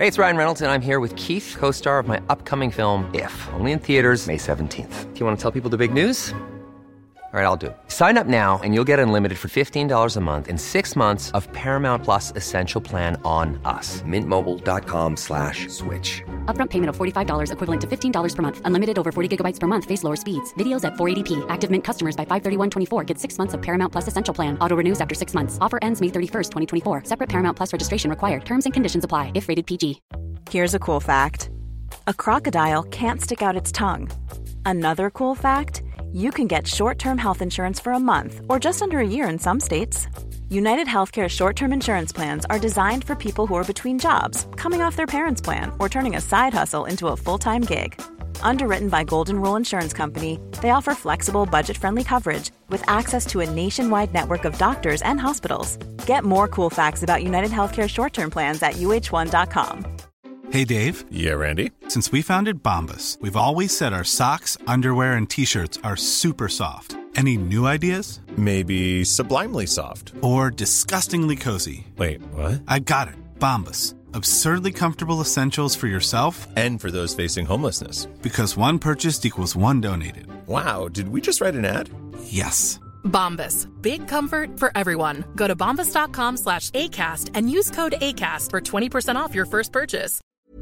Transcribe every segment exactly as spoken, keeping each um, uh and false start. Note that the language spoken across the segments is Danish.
Hey, it's Ryan Reynolds, and I'm here with Keith, co-star of my upcoming film, If, only in theaters May seventeenth. Do you want to tell people the big news? All right, I'll do it. Sign up now and you'll get unlimited for fifteen dollars a month and six months of Paramount Plus Essential Plan on us. Mint Mobile dot com slash switch. Upfront payment of forty-five dollars equivalent to fifteen dollars per month. Unlimited over forty gigabytes per month. Face lower speeds. Videos at four eighty p. Active Mint customers by five thirty-one twenty-four get six months of Paramount Plus Essential Plan. Auto renews after six months. Offer ends May thirty-first, twenty twenty-four. Separate Paramount Plus registration required. Terms and conditions apply if rated P G. Here's a cool fact. A crocodile can't stick out its tongue. Another cool fact, you can get short-term health insurance for a month or just under a year in some states. United Healthcare short-term insurance plans are designed for people who are between jobs, coming off their parents' plan, or turning a side hustle into a full-time gig. Underwritten by Golden Rule Insurance Company, they offer flexible, budget-friendly coverage with access to a nationwide network of doctors and hospitals. Get more cool facts about United Healthcare short-term plans at U H one dot com. Hey, Dave. Yeah, Randy. Since we founded Bombas, we've always said our socks, underwear, and T-shirts are super soft. Any new ideas? Maybe sublimely soft. Or disgustingly cozy. Wait, what? I got it. Bombas. Absurdly comfortable essentials for yourself and for those facing homelessness. Because one purchased equals one donated. Wow, did we just write an ad? Yes. Bombas. Big comfort for everyone. Go to bombas dot com slash ACAST and use code ACAST for twenty percent off your first purchase.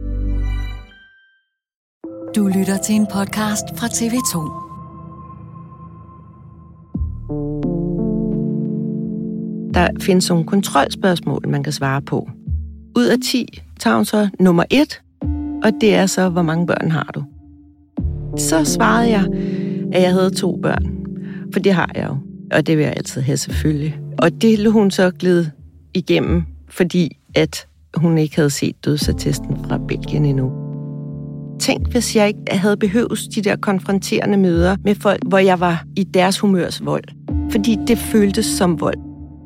Du lytter til en podcast fra T V to. Der findes nogle kontrolspørgsmål, man kan svare på. Ud af ti tager hun så nummer et, og det er så, hvor mange børn har du? Så svarede jeg, at jeg havde to børn, for det har jeg jo, og det vil jeg altid have selvfølgelig. Og det lå hun så glide igennem, fordi at hun ikke havde set dødsattesten fra Belgien endnu. Tænk, hvis jeg ikke havde behøvet de der konfronterende møder med folk, hvor jeg var i deres humørs vold. Fordi det føltes som vold.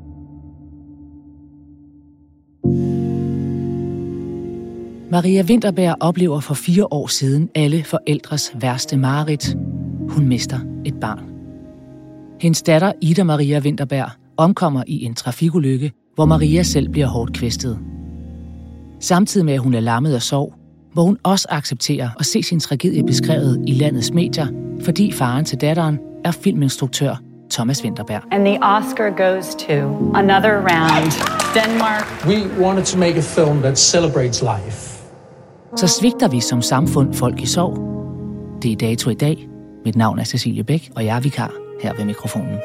Maria Vinterberg oplever for fire år siden alle forældres værste mareridt. Hun mister et barn. Hendes datter Ida Maria Vinterberg omkommer i en trafikulykke, hvor Maria selv bliver hårdt kvæstet. Samtidig med, at hun er lammet af sorg, hvor hun også accepterer at se sin tragedie beskrevet i landets medier, fordi faren til datteren er filminstruktør Thomas Vinterberg. And the Oscar goes to another round. Denmark. We wanted to make a film that celebrates life. Så svigter vi som samfund folk i sorg. Det er Dato i dag. Mit navn er Cecilie Bæk, og jeg er vikar her ved mikrofonen.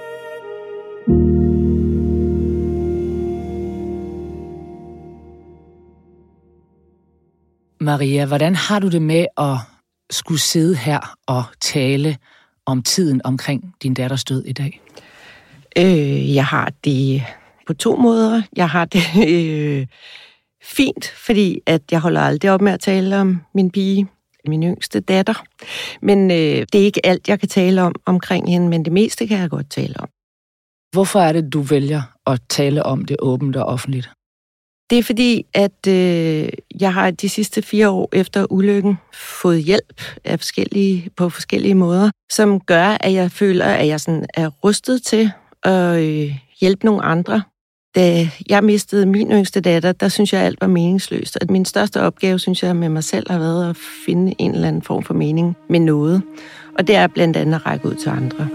Maria, hvordan har du det med at skulle sidde her og tale om tiden omkring din datters død i dag? Øh, jeg har det på to måder. Jeg har det øh, fint, fordi at jeg holder aldrig op med at tale om min pige, min yngste datter. Men øh, det er ikke alt, jeg kan tale om omkring hende, men det meste kan jeg godt tale om. Hvorfor er det, du vælger at tale om det åbent og offentligt? Det er fordi, at øh, jeg har de sidste fire år efter ulykken fået hjælp af forskellige, på forskellige måder, som gør, at jeg føler, at jeg sådan er rustet til at øh, hjælpe nogle andre. Da jeg mistede min yngste datter, der synes jeg, at alt var meningsløst. Og min største opgave, synes jeg, med mig selv har været at finde en eller anden form for mening med noget. Og det er blandt andet at række ud til andre.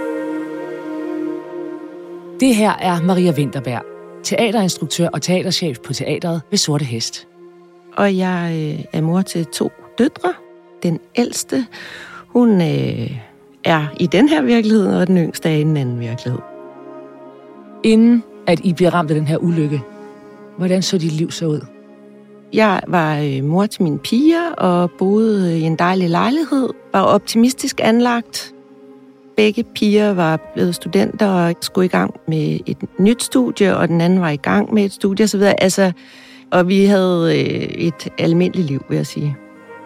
Det her er Maria Vinterberg, teaterinstruktør og teaterchef på teatret ved Sorte Hest. Og jeg øh, er mor til to døtre. Den ældste, hun øh, er i den her virkelighed, og den yngste er i den anden virkelighed. Inden at I bliver ramt af den her ulykke, hvordan så dit liv så ud? Jeg var øh, mor til mine piger og boede i en dejlig lejlighed. Var optimistisk anlagt. Begge piger var blevet studenter og skulle i gang med et nyt studie, og den anden var i gang med et studie osv. Altså, og vi havde øh, et almindeligt liv, vil jeg sige.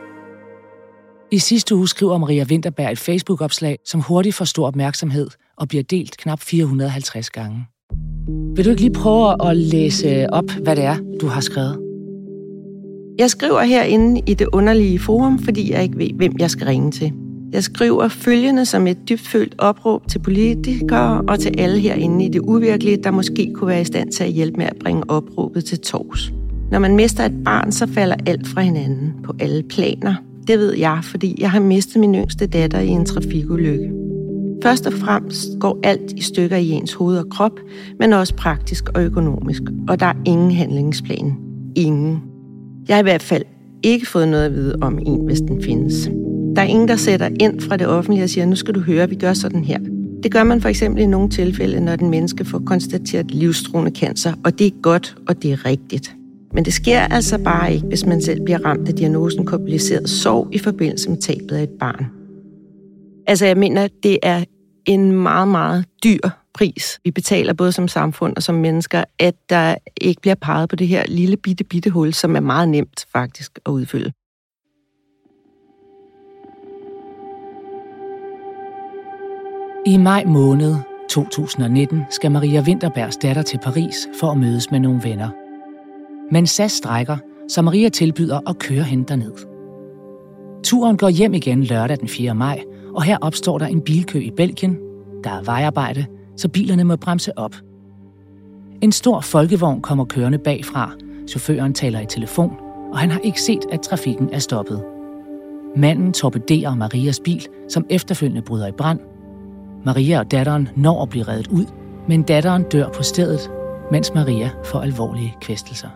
I sidste uge skriver Maria Vinterberg et Facebook-opslag, som hurtigt får stor opmærksomhed og bliver delt knap fire hundrede og halvtreds gange. Vil du ikke lige prøve at læse op, hvad det er, du har skrevet? Jeg skriver herinde i det underlige forum, fordi jeg ikke ved, hvem jeg skal ringe til. Jeg skriver følgende som et dybtfølt opråb til politikere og til alle herinde i det uvirkelige, der måske kunne være i stand til at hjælpe med at bringe opråbet til torvs. Når man mister et barn, så falder alt fra hinanden på alle planer. Det ved jeg, fordi jeg har mistet min yngste datter i en trafikulykke. Først og fremmest går alt i stykker i ens hoved og krop, men også praktisk og økonomisk. Og der er ingen handlingsplan. Ingen. Jeg har i hvert fald ikke fået noget at vide om en, hvis den findes. Der er ingen, der sætter ind fra det offentlige og siger, nu skal du høre, vi gør sådan her. Det gør man for eksempel i nogle tilfælde, når den menneske får konstateret livstruende cancer, og det er godt, og det er rigtigt. Men det sker altså bare ikke, hvis man selv bliver ramt af diagnosen kompliceret sorg i forbindelse med tabet af et barn. Altså jeg mener, det er en meget, meget dyr pris, vi betaler både som samfund og som mennesker, at der ikke bliver peget på det her lille bitte, bitte hul, som er meget nemt faktisk at udfylde. I maj måned to tusind nitten skal Maria Vinterbergs datter til Paris for at mødes med nogle venner. Men S A S strækker, så Maria tilbyder at køre hende derned. Turen går hjem igen lørdag den fjerde maj, og her opstår der en bilkø i Belgien. Der er vejarbejde, så bilerne må bremse op. En stor folkevogn kommer kørende bagfra. Chaufføren taler i telefon, og han har ikke set, at trafikken er stoppet. Manden torpederer Marias bil, som efterfølgende bryder i brand. Maria og datteren når at blive reddet ud, men datteren dør på stedet, mens Maria får alvorlige kvæstelser.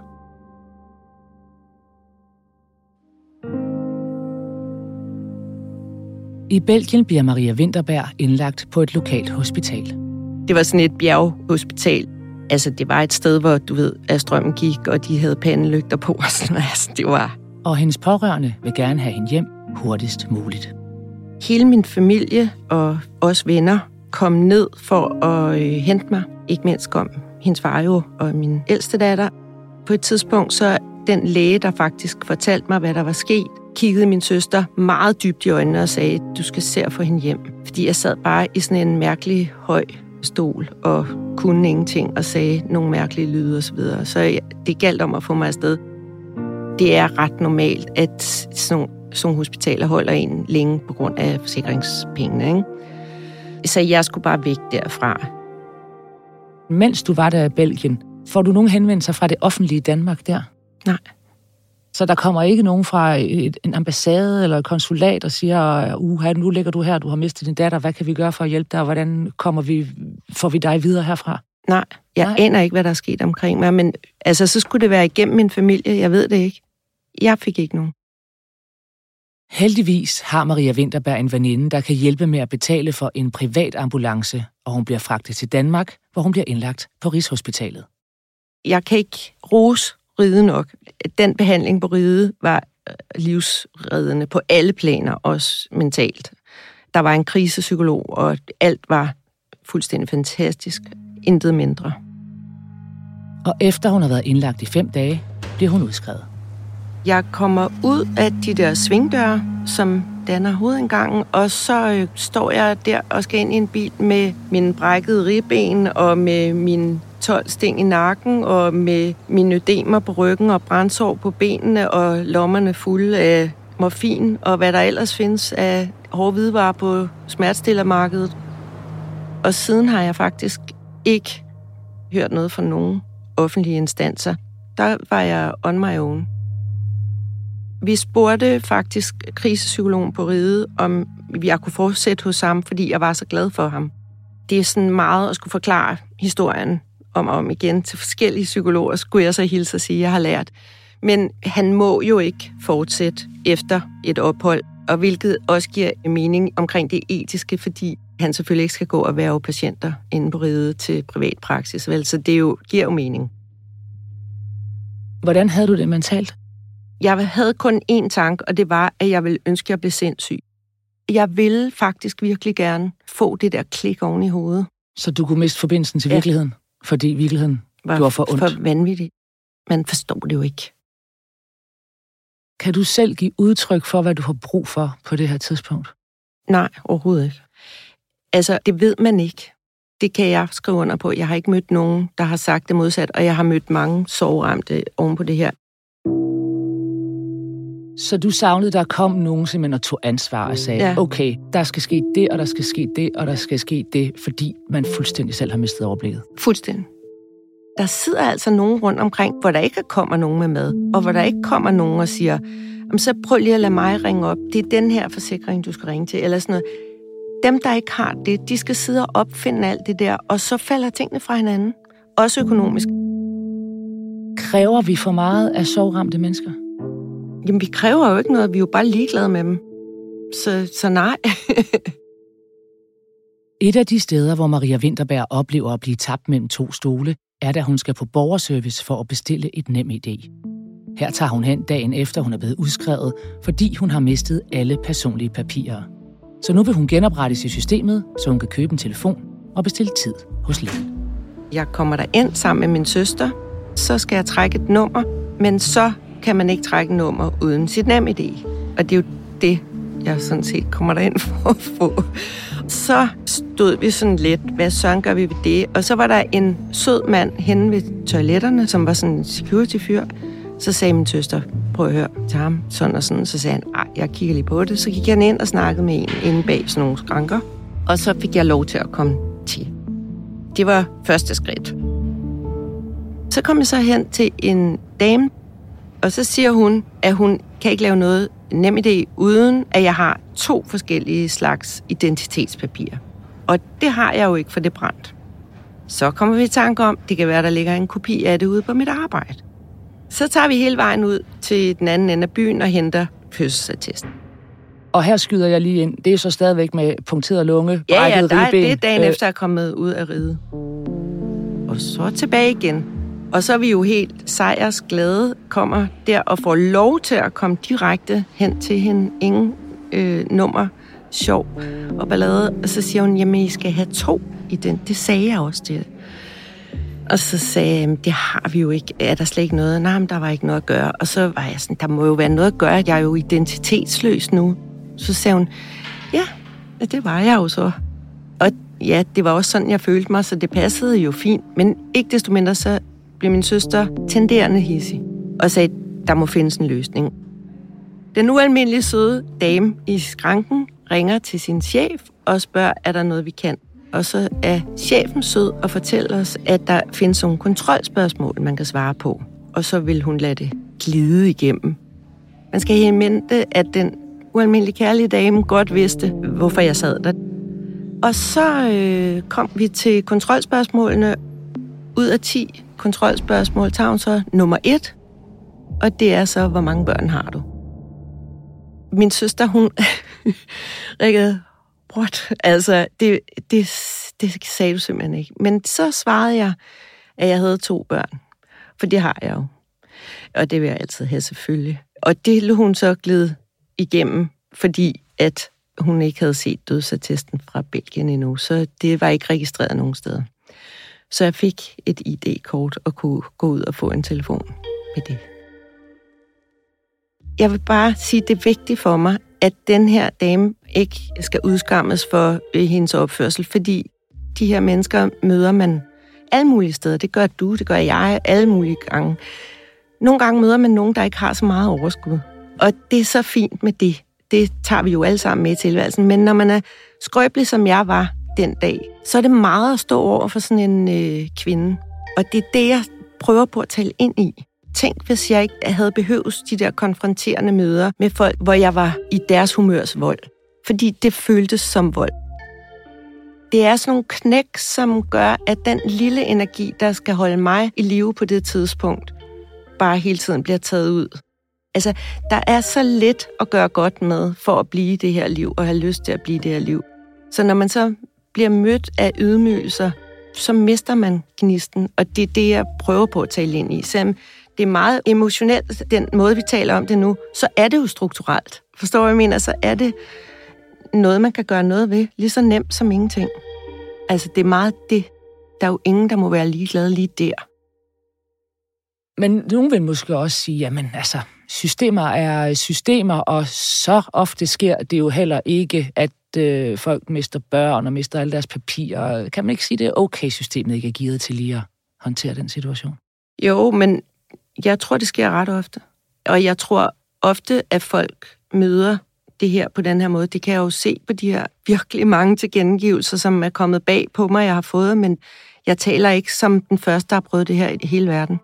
I Belgien bliver Maria Vinterberg indlagt på et lokalt hospital. Det var sådan et bjerghospital. Altså, det var et sted, hvor, du ved, at strømmen gik, og de havde pandelygter på. Og sådan, altså, det var... Og hendes pårørende vil gerne have hende hjem hurtigst muligt. Hele min familie og os venner kom ned for at øh, hente mig. Ikke mindst kom hendes far jo og min ældste datter. På et tidspunkt, så den læge, der faktisk fortalte mig, hvad der var sket, kiggede min søster meget dybt i øjnene og sagde, du skal se at få hende hjem. Fordi jeg sad bare i sådan en mærkelig høj stol og kunne ingenting og sagde nogle mærkelige lyde osv. Så, så jeg, det galt om at få mig afsted. Det er ret normalt, at sådan nogle hospitaler holder en længe på grund af forsikringspengene, ikke? Så jeg skulle bare væk derfra. Mens du var der i Belgien, får du nogen henvendelser fra det offentlige Danmark der? Nej. Så der kommer ikke nogen fra et, en ambassade eller et konsulat og siger, uha, nu ligger du her, du har mistet din datter, hvad kan vi gøre for at hjælpe dig, og hvordan kommer vi, får vi dig videre herfra? Nej, jeg Nej. aner ikke, hvad der er sket omkring mig, men altså, så skulle det være igennem min familie, jeg ved det ikke. Jeg fik ikke nogen. Heldigvis har Maria Vinterberg en veninde, der kan hjælpe med at betale for en privat ambulance, og hun bliver fragtet til Danmark, hvor hun bliver indlagt på Rigshospitalet. Jeg kan ikke rose Ride nok. Den behandling på Ride var livsreddende på alle planer, også mentalt. Der var en krisepsykolog, og alt var fuldstændig fantastisk. Intet mindre. Og efter hun har været indlagt i fem dage, bliver hun udskrevet. Jeg kommer ud af de der svingdøre, som danner hovedindgangen, og så øh, står jeg der og skal ind i en bil med mine brækkede ribben og med min tolv sting i nakken og med mine ødemer på ryggen og brændsår på benene og lommerne fulde af morfin og hvad der ellers findes af hårde hvidevarer på smertestillermarkedet. Og siden har jeg faktisk ikke hørt noget fra nogen offentlige instanser. Der var jeg on my own. Vi spurgte faktisk krisepsykologen på Ride, om jeg kunne fortsætte hos ham, fordi jeg var så glad for ham. Det er sådan meget at skulle forklare historien om og om igen til forskellige psykologer, skulle jeg så hilse og sige, at jeg har lært. Men han må jo ikke fortsætte efter et ophold, og hvilket også giver mening omkring det etiske, fordi han selvfølgelig ikke skal gå og være patienter inde på Ride til privat praksis, vel? Så det jo, giver jo mening. Hvordan havde du det mentalt? Jeg havde kun én tanke, og det var, at jeg ville ønske, at jeg blev sindssyg. Jeg ville faktisk virkelig gerne få det der klik oven i hovedet. Så du kunne miste forbindelsen til virkeligheden? Ja. Fordi virkeligheden var gjorde for ondt? For vanvittigt. Man forstår det jo ikke. Kan du selv give udtryk for, hvad du har brug for på det her tidspunkt? Nej, overhovedet ikke. Altså, det ved man ikke. Det kan jeg skrive under på. Jeg har ikke mødt nogen, der har sagt det modsat, og jeg har mødt mange sorgramte oven på det her. Så du savnede, der kom nogen simpelthen og tog ansvar og sagde, ja. Okay, der skal ske det, og der skal ske det, og der skal ske det, fordi man fuldstændig selv har mistet overblikket. Fuldstændig. Der sidder altså nogen rundt omkring, hvor der ikke kommer nogen med mad, og hvor der ikke kommer nogen og siger, så prøv lige at lade mig ringe op. Det er den her forsikring, du skal ringe til, eller sådan noget. Dem, der ikke har det, de skal sidde og opfinde alt det der, og så falder tingene fra hinanden. Også økonomisk. Kræver vi for meget af sorgramte mennesker? Jamen, vi kræver jo ikke noget. Vi er jo bare ligeglade med dem. Så, så nej. Et af de steder, hvor Maria Vinterberg oplever at blive tabt mellem to stole, er, da hun skal på borgerservice for at bestille et NemID. Her tager hun hen dagen efter, hun er blevet udskrevet, fordi hun har mistet alle personlige papirer. Så nu vil hun genoprettes i systemet, så hun kan købe en telefon og bestille tid hos lægen. Jeg kommer der ind sammen med min søster, så skal jeg trække et nummer, men så kan man ikke trække et nummer uden sit NemID. Og det er jo det, jeg sådan set kommer derind for at få. Så stod vi sådan lidt, hvad søren gør vi ved det? Og så var der en sød mand henne ved toiletterne, som var sådan en security-fyr. Så sagde min søster, prøv at høre til ham, sådan og sådan. Så sagde han, ej, jeg kigger lige på det. Så gik jeg ind og snakkede med en inde bag sådan nogle skranker. Og så fik jeg lov til at komme til. Det var første skridt. Så kom jeg så hen til en dame, og så siger hun, at hun kan ikke lave noget NemID, uden at jeg har to forskellige slags identitetspapirer. Og det har jeg jo ikke, for det brændt. Så kommer vi i tanke om, det kan være, der ligger en kopi af det ude på mit arbejde. Så tager vi hele vejen ud til den anden ende af byen og henter fødselsattesten. Og her skyder jeg lige ind. Det er så stadigvæk med punkteret lunge, ja, ja, der er, det er dagen øh. efter, jeg er kommet ud af ride. Og så tilbage igen. Og så er vi jo helt sejrsglade, kommer der og får lov til at komme direkte hen til hende. Ingen øh, nummer, sjov og ballade. Og så siger hun, jamen I skal have to i den. Det sagde jeg også til. Og så sagde jeg, det har vi jo ikke. Er der slet ikke noget? Nej, men der var ikke noget at gøre. Og så var jeg sådan, der må jo være noget at gøre. Jeg er jo identitetsløs nu. Så sagde hun, ja, det var jeg jo så. Og ja, det var også sådan, jeg følte mig, så det passede jo fint. Men ikke desto mindre, så blev min søster tenderende hissig og sagde, der må findes en løsning. Den ualmindelige søde dame i skranken ringer til sin chef og spørger, er der noget, vi kan? Og så er chefen sød og fortæller os, at der findes nogle kontrolspørgsmål, man kan svare på. Og så vil hun lade det glide igennem. Man skal have i mente, at den ualmindelige kærlige dame godt vidste, hvorfor jeg sad der. Og så øh, kom vi til kontrolspørgsmålene. Ud af ti kontrolspørgsmål tager hun så nummer et, og det er så, hvor mange børn har du? Min søster, hun rikkede, what? Altså, det, det, det sagde du simpelthen ikke. Men så svarede jeg, at jeg havde to børn, for det har jeg jo. Og det vil jeg altid have, selvfølgelig. Og det lå hun så glide igennem, fordi at hun ikke havde set dødsattesten fra Belgien endnu, så det var ikke registreret nogen steder. Så jeg fik et I D-kort og kunne gå ud og få en telefon med det. Jeg vil bare sige, at det er vigtigt for mig, at den her dame ikke skal udskammes for hendes opførsel, fordi de her mennesker møder man alle mulige steder. Det gør du, det gør jeg, alle mulige gange. Nogle gange møder man nogen, der ikke har så meget overskud. Og det er så fint med det. Det tager vi jo alle sammen med i tilværelsen. Men når man er skrøbelig, som jeg var den dag, så er det meget at stå over for sådan en øh, kvinde. Og det er det, jeg prøver på at tale ind i. Tænk, hvis jeg ikke havde behøvet de der konfronterende møder med folk, hvor jeg var i deres humørs vold. Fordi det føltes som vold. Det er sådan nogle knæk, som gør, at den lille energi, der skal holde mig i live på det tidspunkt, bare hele tiden bliver taget ud. Altså, der er så lidt at gøre godt med for at blive det her liv, og have lyst til at blive det her liv. Så når man så bliver mødt af ydmygelser, så mister man gnisten, og det er det, jeg prøver på at tale ind i. Selvom det er meget emotionelt, den måde, vi taler om det nu, så er det jo strukturelt. Forstår du, hvad jeg mener? Så er det noget, man kan gøre noget ved, lige så nemt som ingenting. Altså, det er meget det. Der er jo ingen, der må være ligeglad lige der. Men nogen vil måske også sige, jamen altså, systemer er systemer, og så ofte sker det jo heller ikke, at øh, folk mister børn og mister alle deres papirer. Kan man ikke sige, det er okay, systemet ikke er gearet til lige at håndtere den situation? Jo, men jeg tror, det sker ret ofte. Og jeg tror ofte, at folk møder det her på den her måde. Det kan jeg jo se på de her virkelig mange tilkendegivelser, som er kommet bag på mig, jeg har fået, men jeg taler ikke som den første, der har prøvet det her i hele verden.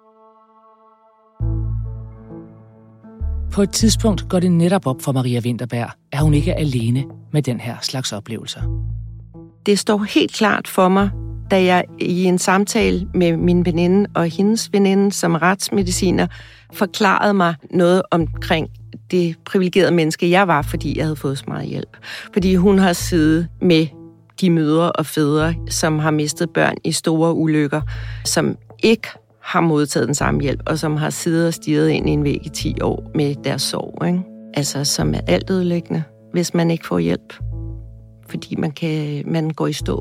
På et tidspunkt går det netop op for Maria Vinterberg, at hun ikke er alene med den her slags oplevelser. Det står helt klart for mig, da jeg i en samtale med min veninde og hendes veninde som retsmediciner forklarede mig noget omkring det privilegerede menneske, jeg var, fordi jeg havde fået så meget hjælp. Fordi hun har siddet med de mødre og fædre, som har mistet børn i store ulykker, som ikke har modtaget den samme hjælp, og som har siddet og stirret ind i en væg i ti år med deres sorg, ikke? Altså, som er alt ødelæggende, hvis man ikke får hjælp. Fordi man, kan, man går i stå.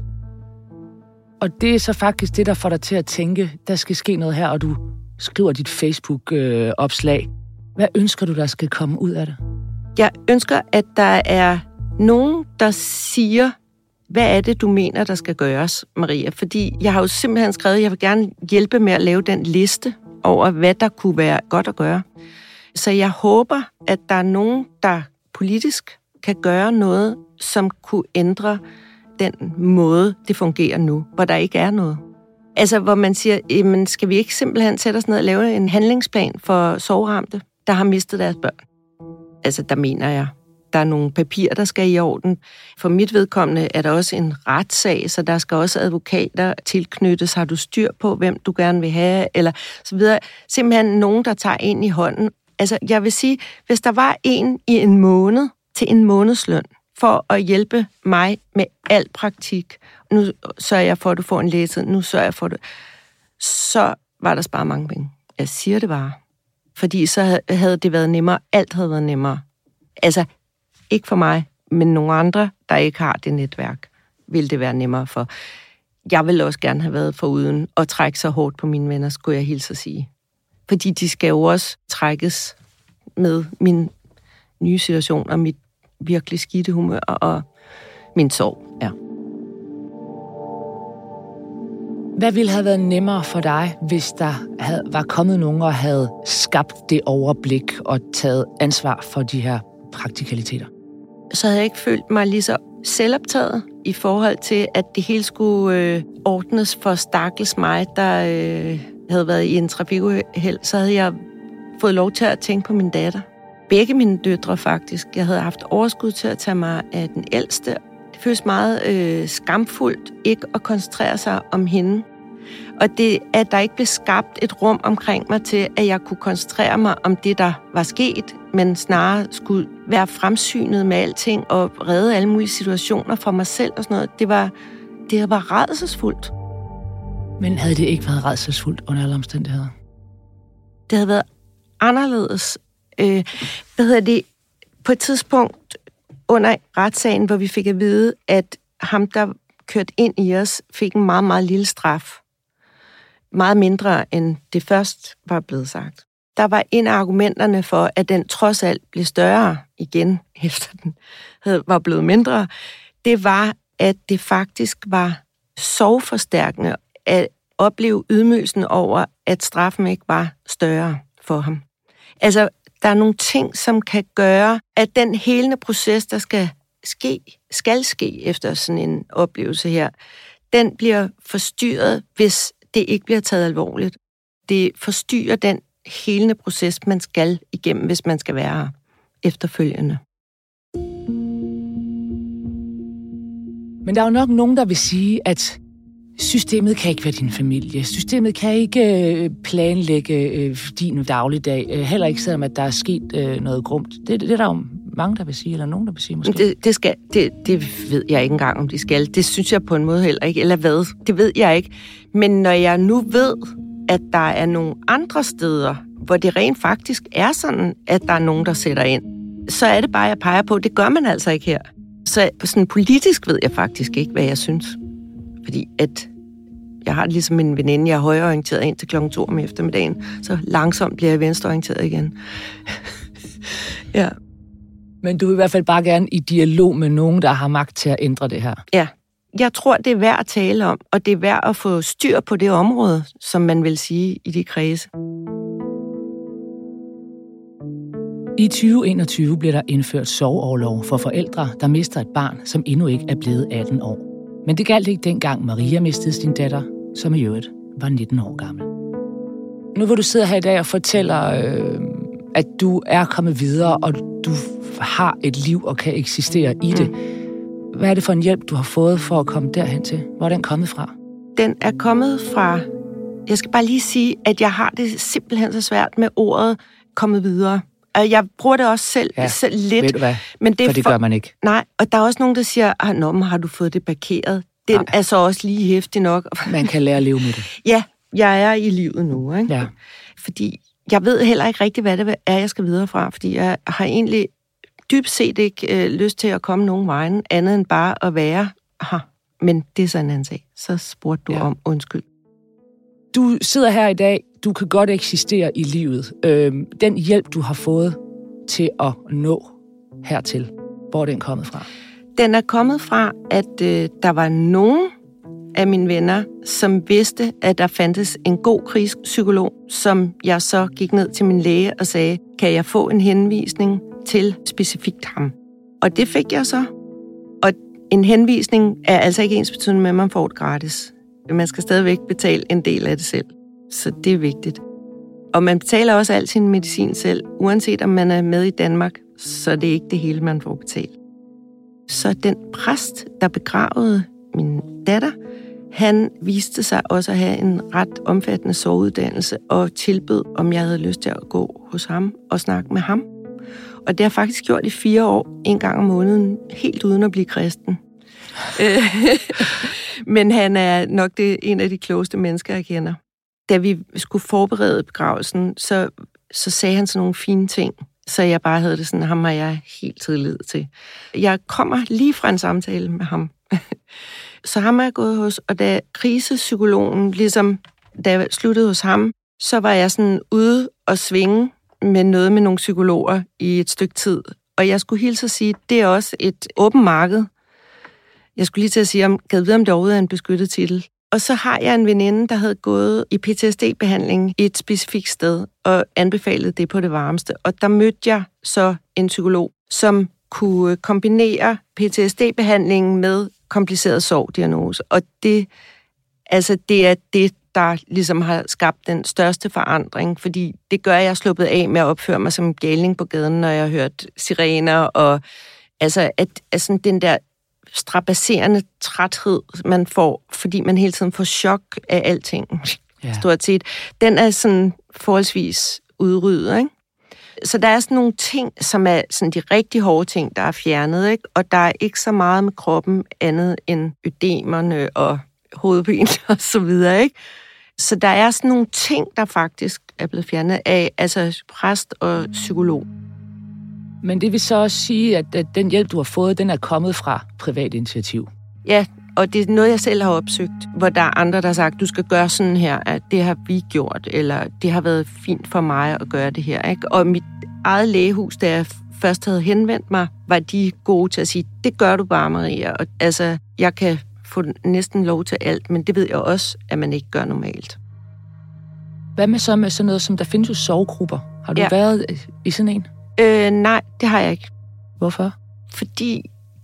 Og det er så faktisk det, der får dig til at tænke, der skal ske noget her, og du skriver dit Facebook-opslag. Hvad ønsker du, der skal komme ud af det? Jeg ønsker, at der er nogen, der siger, hvad er det, du mener, der skal gøres, Maria? Fordi jeg har jo simpelthen skrevet, at jeg vil gerne hjælpe med at lave den liste over, hvad der kunne være godt at gøre. Så jeg håber, at der er nogen, der politisk kan gøre noget, som kunne ændre den måde, det fungerer nu, hvor der ikke er noget. Altså, hvor man siger, jamen, skal vi ikke simpelthen sætte os ned og lave en handlingsplan for sorgramte, der har mistet deres børn? Altså, der mener jeg, der er nogle papirer, der skal i orden. For mit vedkommende er der også en retssag, så der skal også advokater tilknyttes. Har du styr på, hvem du gerne vil have, eller så videre. Simpelthen nogen, der tager ind i hånden. Altså, jeg vil sige, hvis der var en i en måned til en månedsløn, for at hjælpe mig med al praktik. Nu sørger jeg for, at du får en lægetid. Nu sørger jeg for det. Så var der sparet mange penge. Jeg siger det bare. Fordi så havde det været nemmere. Alt havde været nemmere. Altså, ikke for mig, men nogle andre, der ikke har det netværk, ville det være nemmere for. Jeg ville også gerne have været foruden at trække så hårdt på mine venner, skulle jeg hilse at sige. Fordi de skal jo også trækkes med min nye situation og mit virkelig skidte humør og min sorg, ja. Hvad ville have været nemmere for dig, hvis der havde, var kommet nogen og havde skabt det overblik og taget ansvar for de her praktikaliteter? Så havde jeg ikke følt mig lige så selvoptaget i forhold til, at det hele skulle øh, ordnes for stakkels mig, der øh, havde været i en trafikuheld. Så havde jeg fået lov til at tænke på min datter. Begge mine døtre faktisk. Jeg havde haft overskud til at tage mig af den ældste. Det føles meget øh, skamfuldt ikke at koncentrere sig om hende. Og det, at der ikke blev skabt et rum omkring mig til, at jeg kunne koncentrere mig om det, der var sket, men snarere skulle være fremsynet med alting og redde alle mulige situationer for mig selv og sådan noget. Det var, det var rædselsfuldt. Men havde det ikke været rædselsfuldt under alle omstændigheder? Det havde været anderledes. Øh, hvad hedder det? På et tidspunkt under retssagen, hvor vi fik at vide, at ham, der kørte ind i os, fik en meget, meget lille straf. Meget mindre, end det først var blevet sagt. Der var en af argumenterne for, at den trods alt blev større igen, efter den var blevet mindre. Det var, at det faktisk var sorgforstærkende at opleve ydmygelsen over, at straffen ikke var større for ham. Altså, der er nogle ting, som kan gøre, at den helende proces, der skal ske, skal ske efter sådan en oplevelse her, den bliver forstyrret, hvis det ikke bliver taget alvorligt. Det forstyrrer den helende proces, man skal igennem, hvis man skal være her efterfølgende. Men der er jo nok nogen, der vil sige, at systemet kan ikke være din familie. Systemet kan ikke planlægge din dagligdag. Heller ikke selvom, at der er sket noget grumt. Det, det er der jo mange, der vil sige, eller nogen, der vil sige måske. Det, det, skal, det, det ved jeg ikke engang, om de skal. Det synes jeg på en måde heller ikke. Eller hvad? Det ved jeg ikke. Men når jeg nu ved, at der er nogle andre steder, hvor det rent faktisk er sådan, at der er nogen, der sætter ind, så er det bare, jeg peger på, det gør man altså ikke her. Så sådan politisk ved jeg faktisk ikke, hvad jeg synes. Fordi at jeg har det ligesom en veninde, jeg er højreorienteret ind til klokken to om eftermiddagen, så langsomt bliver jeg venstreorienteret igen. Ja. Men du vil i hvert fald bare gerne i dialog med nogen, der har magt til at ændre det her. Ja. Jeg tror, det er værd at tale om, og det er værd at få styr på det område, som man vil sige i de kredse. I tyve enogtyve bliver der indført sorgorlov for forældre, der mister et barn, som endnu ikke er blevet atten år. Men det galt ikke dengang Maria mistede sin datter, som i øvrigt var nitten år gammel. Nu hvor du sidder her i dag og fortæller, øh, at du er kommet videre, og du har et liv og kan eksistere i det. Hvad er det for en hjælp, du har fået for at komme derhen til? Hvor er den kommet fra? Den er kommet fra... Jeg skal bare lige sige, at jeg har det simpelthen så svært med ordet kommet videre. Og jeg bruger det også selv, ja, selv lidt. Ved du hvad? Men det for det for... gør man ikke. Nej, og der er også nogen, der siger, ah, nå, men har du fået det parkeret? Den Nej. er så også lige hæftig nok. Man kan lære at leve med det. Ja, jeg er i livet nu, ikke? Ja. Fordi jeg ved heller ikke rigtigt, hvad det er, jeg skal videre fra, fordi jeg har egentlig dybt set ikke øh, lyst til at komme nogen vejen, andet end bare at være her. Men det er sådan en anden sag. Så spurgte du ja. om undskyld. Du sidder her i dag, du kan godt eksistere i livet. Øhm, den hjælp, du har fået til at nå hertil, hvor er den kommet fra? Den er kommet fra, at øh, der var nogen af mine venner, som vidste, at der fandtes en god krigspsykolog, som jeg så gik ned til min læge og sagde, kan jeg få en henvisning til specifikt ham? Og det fik jeg så. Og en henvisning er altså ikke ensbetydende med, at man får det gratis. Man skal stadigvæk betale en del af det selv. Så det er vigtigt. Og man betaler også al sin medicin selv, uanset om man er med i Danmark, så det er ikke det hele, man får betalt. Så den præst, der begravede min datter, han viste sig også at have en ret omfattende soveruddannelse og tilbød, om jeg havde lyst til at gå hos ham og snakke med ham. Og det har jeg faktisk gjort i fire år, en gang om måneden, helt uden at blive kristen. Men han er nok det, en af de klogeste mennesker, jeg kender. Da vi skulle forberede begravelsen, så, så sagde han sådan nogle fine ting, så jeg bare havde det sådan, ham har jeg helt tillid til. Jeg kommer lige fra en samtale med ham. Så ham er jeg gået hos, og da krisepsykologen, ligesom da jeg sluttede hos ham, så var jeg sådan ude og svinge med noget med nogle psykologer i et stykke tid. Og jeg skulle hilse at sige, det er også et åbent marked. Jeg skulle lige til at sige, om jeg vide, om det overhovedet er en beskyttet titel. Og så har jeg en veninde, der havde gået i P T S D-behandling i et specifikt sted, og anbefalede det på det varmeste. Og der mødte jeg så en psykolog, som kunne kombinere P T S D-behandlingen med kompliceret sorgdiagnose. Og det, altså, det er det, der ligesom har skabt den største forandring, fordi det gør, at jeg er sluppet af med at opføre mig som en galning på gaden, når jeg har hørt sirener, og altså, at altså, den der strabasserende træthed, man får, fordi man hele tiden får chok af alting, ja. Stort set, den er sådan forholdsvis udryddet, ikke? Så der er sådan nogle ting, som er sådan de rigtig hårde ting, der er fjernet, ikke? Og der er ikke så meget med kroppen andet end ødemerne og hovedpine og så videre, ikke? Så der er sådan nogle ting, der faktisk er blevet fjernet af, altså præst og psykolog. Men det vil så også sige, at, at den hjælp, du har fået, den er kommet fra privat initiativ. Ja, og det er noget, jeg selv har opsøgt, hvor der er andre, der har sagt, du skal gøre sådan her, at det har vi gjort, eller det har været fint for mig at gøre det her, ikke? Og mit eget lægehus, da jeg først havde henvendt mig, var de gode til at sige, det gør du bare, Maria. Og altså, jeg kan få næsten lov til alt, men det ved jeg også, at man ikke gør normalt. Hvad med så med sådan noget, som der findes jo sorggrupper? Har du ja. været i sådan en? Øh, nej, det har jeg ikke. Hvorfor? Fordi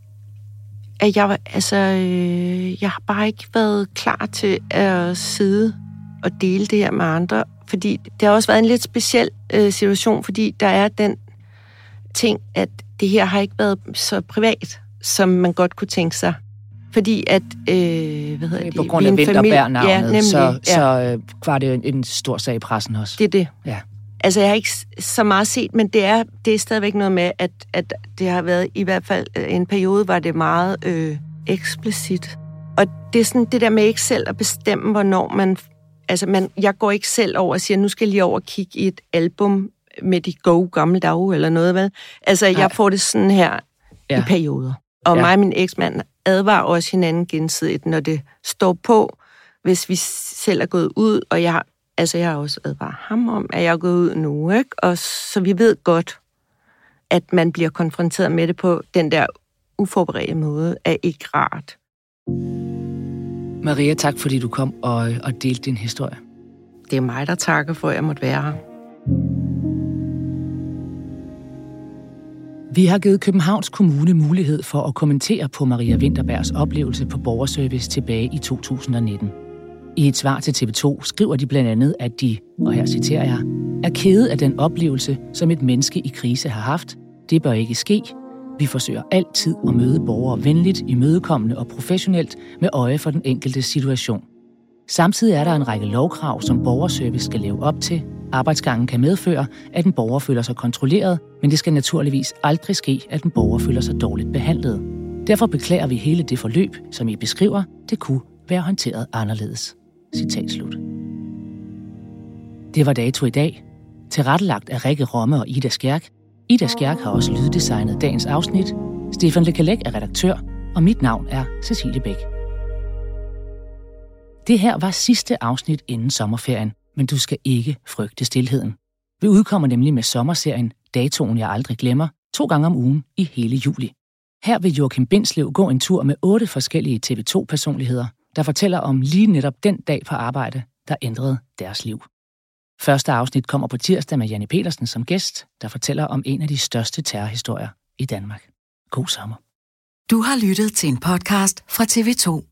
at jeg, altså, øh, jeg har bare ikke været klar til at sidde og dele det her med andre. Fordi det har også været en lidt speciel øh, situation, fordi der er den ting, at det her har ikke været så privat, som man godt kunne tænke sig. Fordi at, øh, hvad hedder det? På grund af Vinterberg-navnet, ja, nemlig, så, ja. så øh, var det en stor sag i pressen også. Det er det. Ja. Altså, jeg har ikke så meget set, men det er, det er stadigvæk noget med, at, at det har været, i hvert fald en periode, var det meget øh, eksplicit. Og det er sådan det der med ikke selv at bestemme, hvornår man... Altså, man, jeg går ikke selv over og siger, nu skal jeg lige over og kigge i et album med de gode gamle dage, eller noget, vel? Altså, jeg Nej. får det sådan her ja. i perioder. Og ja. mig og min eksmand advarer også hinanden gensidigt, når det står på, hvis vi selv er gået ud, og jeg har Altså, jeg har også advaret ham om, at jeg er gået ud nu, ikke? Og så vi ved godt, at man bliver konfronteret med det på den der uforberedte måde, er ikke rart. Maria, tak fordi du kom og, og delte din historie. Det er mig, der takker for, at jeg måtte være her. Vi har givet Københavns Kommune mulighed for at kommentere på Maria Vinterbergs oplevelse på borgerservice tilbage i to tusind og nitten. I et svar til T V to skriver de blandt andet, at de, og her citerer jeg, er kede af den oplevelse, som et menneske i krise har haft. Det bør ikke ske. Vi forsøger altid at møde borgere venligt, imødekommende og professionelt med øje for den enkelte situation. Samtidig er der en række lovkrav, som borgerservice skal leve op til. Arbejdsgangen kan medføre, at en borger føler sig kontrolleret, men det skal naturligvis aldrig ske, at en borger føler sig dårligt behandlet. Derfor beklager vi hele det forløb, som I beskriver, det kunne være håndteret anderledes. Citat slut. Det var dato i dag. Tilrettelagt af Rikke Romme og Ida Skjærk. Ida Skjærk har også lyddesignet dagens afsnit. Stefan Lekalek er redaktør, og mit navn er Cecilie Bæk. Det her var sidste afsnit inden sommerferien, men du skal ikke frygte stilheden. Vi udkommer nemlig med sommerserien Datoen jeg aldrig glemmer, to gange om ugen i hele juli. Her vil Joachim Bindslev gå en tur med otte forskellige T V to-personligheder, der fortæller om lige netop den dag på arbejde, der ændrede deres liv. Første afsnit kommer på tirsdag med Janni Petersen som gæst, der fortæller om en af de største terrorhistorier i Danmark. God sommer. Du har lyttet til en podcast fra T V to.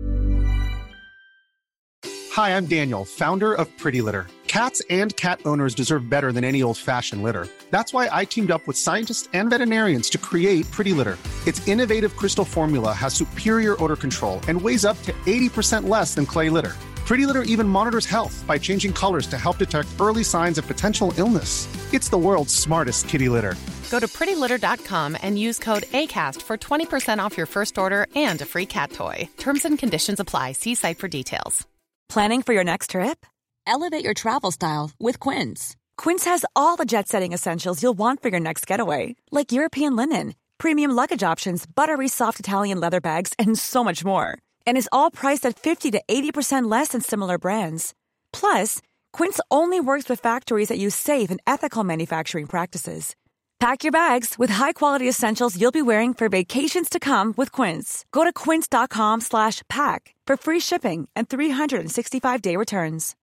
Hi, I'm Daniel, founder of Pretty Litter. Cats and cat owners deserve better than any old-fashioned litter. That's why I teamed up with scientists and veterinarians to create Pretty Litter. Its innovative crystal formula has superior odor control and weighs up to eighty percent less than clay litter. Pretty Litter even monitors health by changing colors to help detect early signs of potential illness. It's the world's smartest kitty litter. Go to pretty litter dot com and use code ACAST for twenty percent off your first order and a free cat toy. Terms and conditions apply. See site for details. Planning for your next trip? Elevate your travel style with Quince. Quince has all the jet-setting essentials you'll want for your next getaway, like European linen, premium luggage options, buttery soft Italian leather bags, and so much more. And is all priced at fifty to eighty percent less than similar brands. Plus, Quince only works with factories that use safe and ethical manufacturing practices. Pack your bags with high-quality essentials you'll be wearing for vacations to come with Quince. Go to quince dot com slash pack for free shipping and three hundred sixty-five day returns.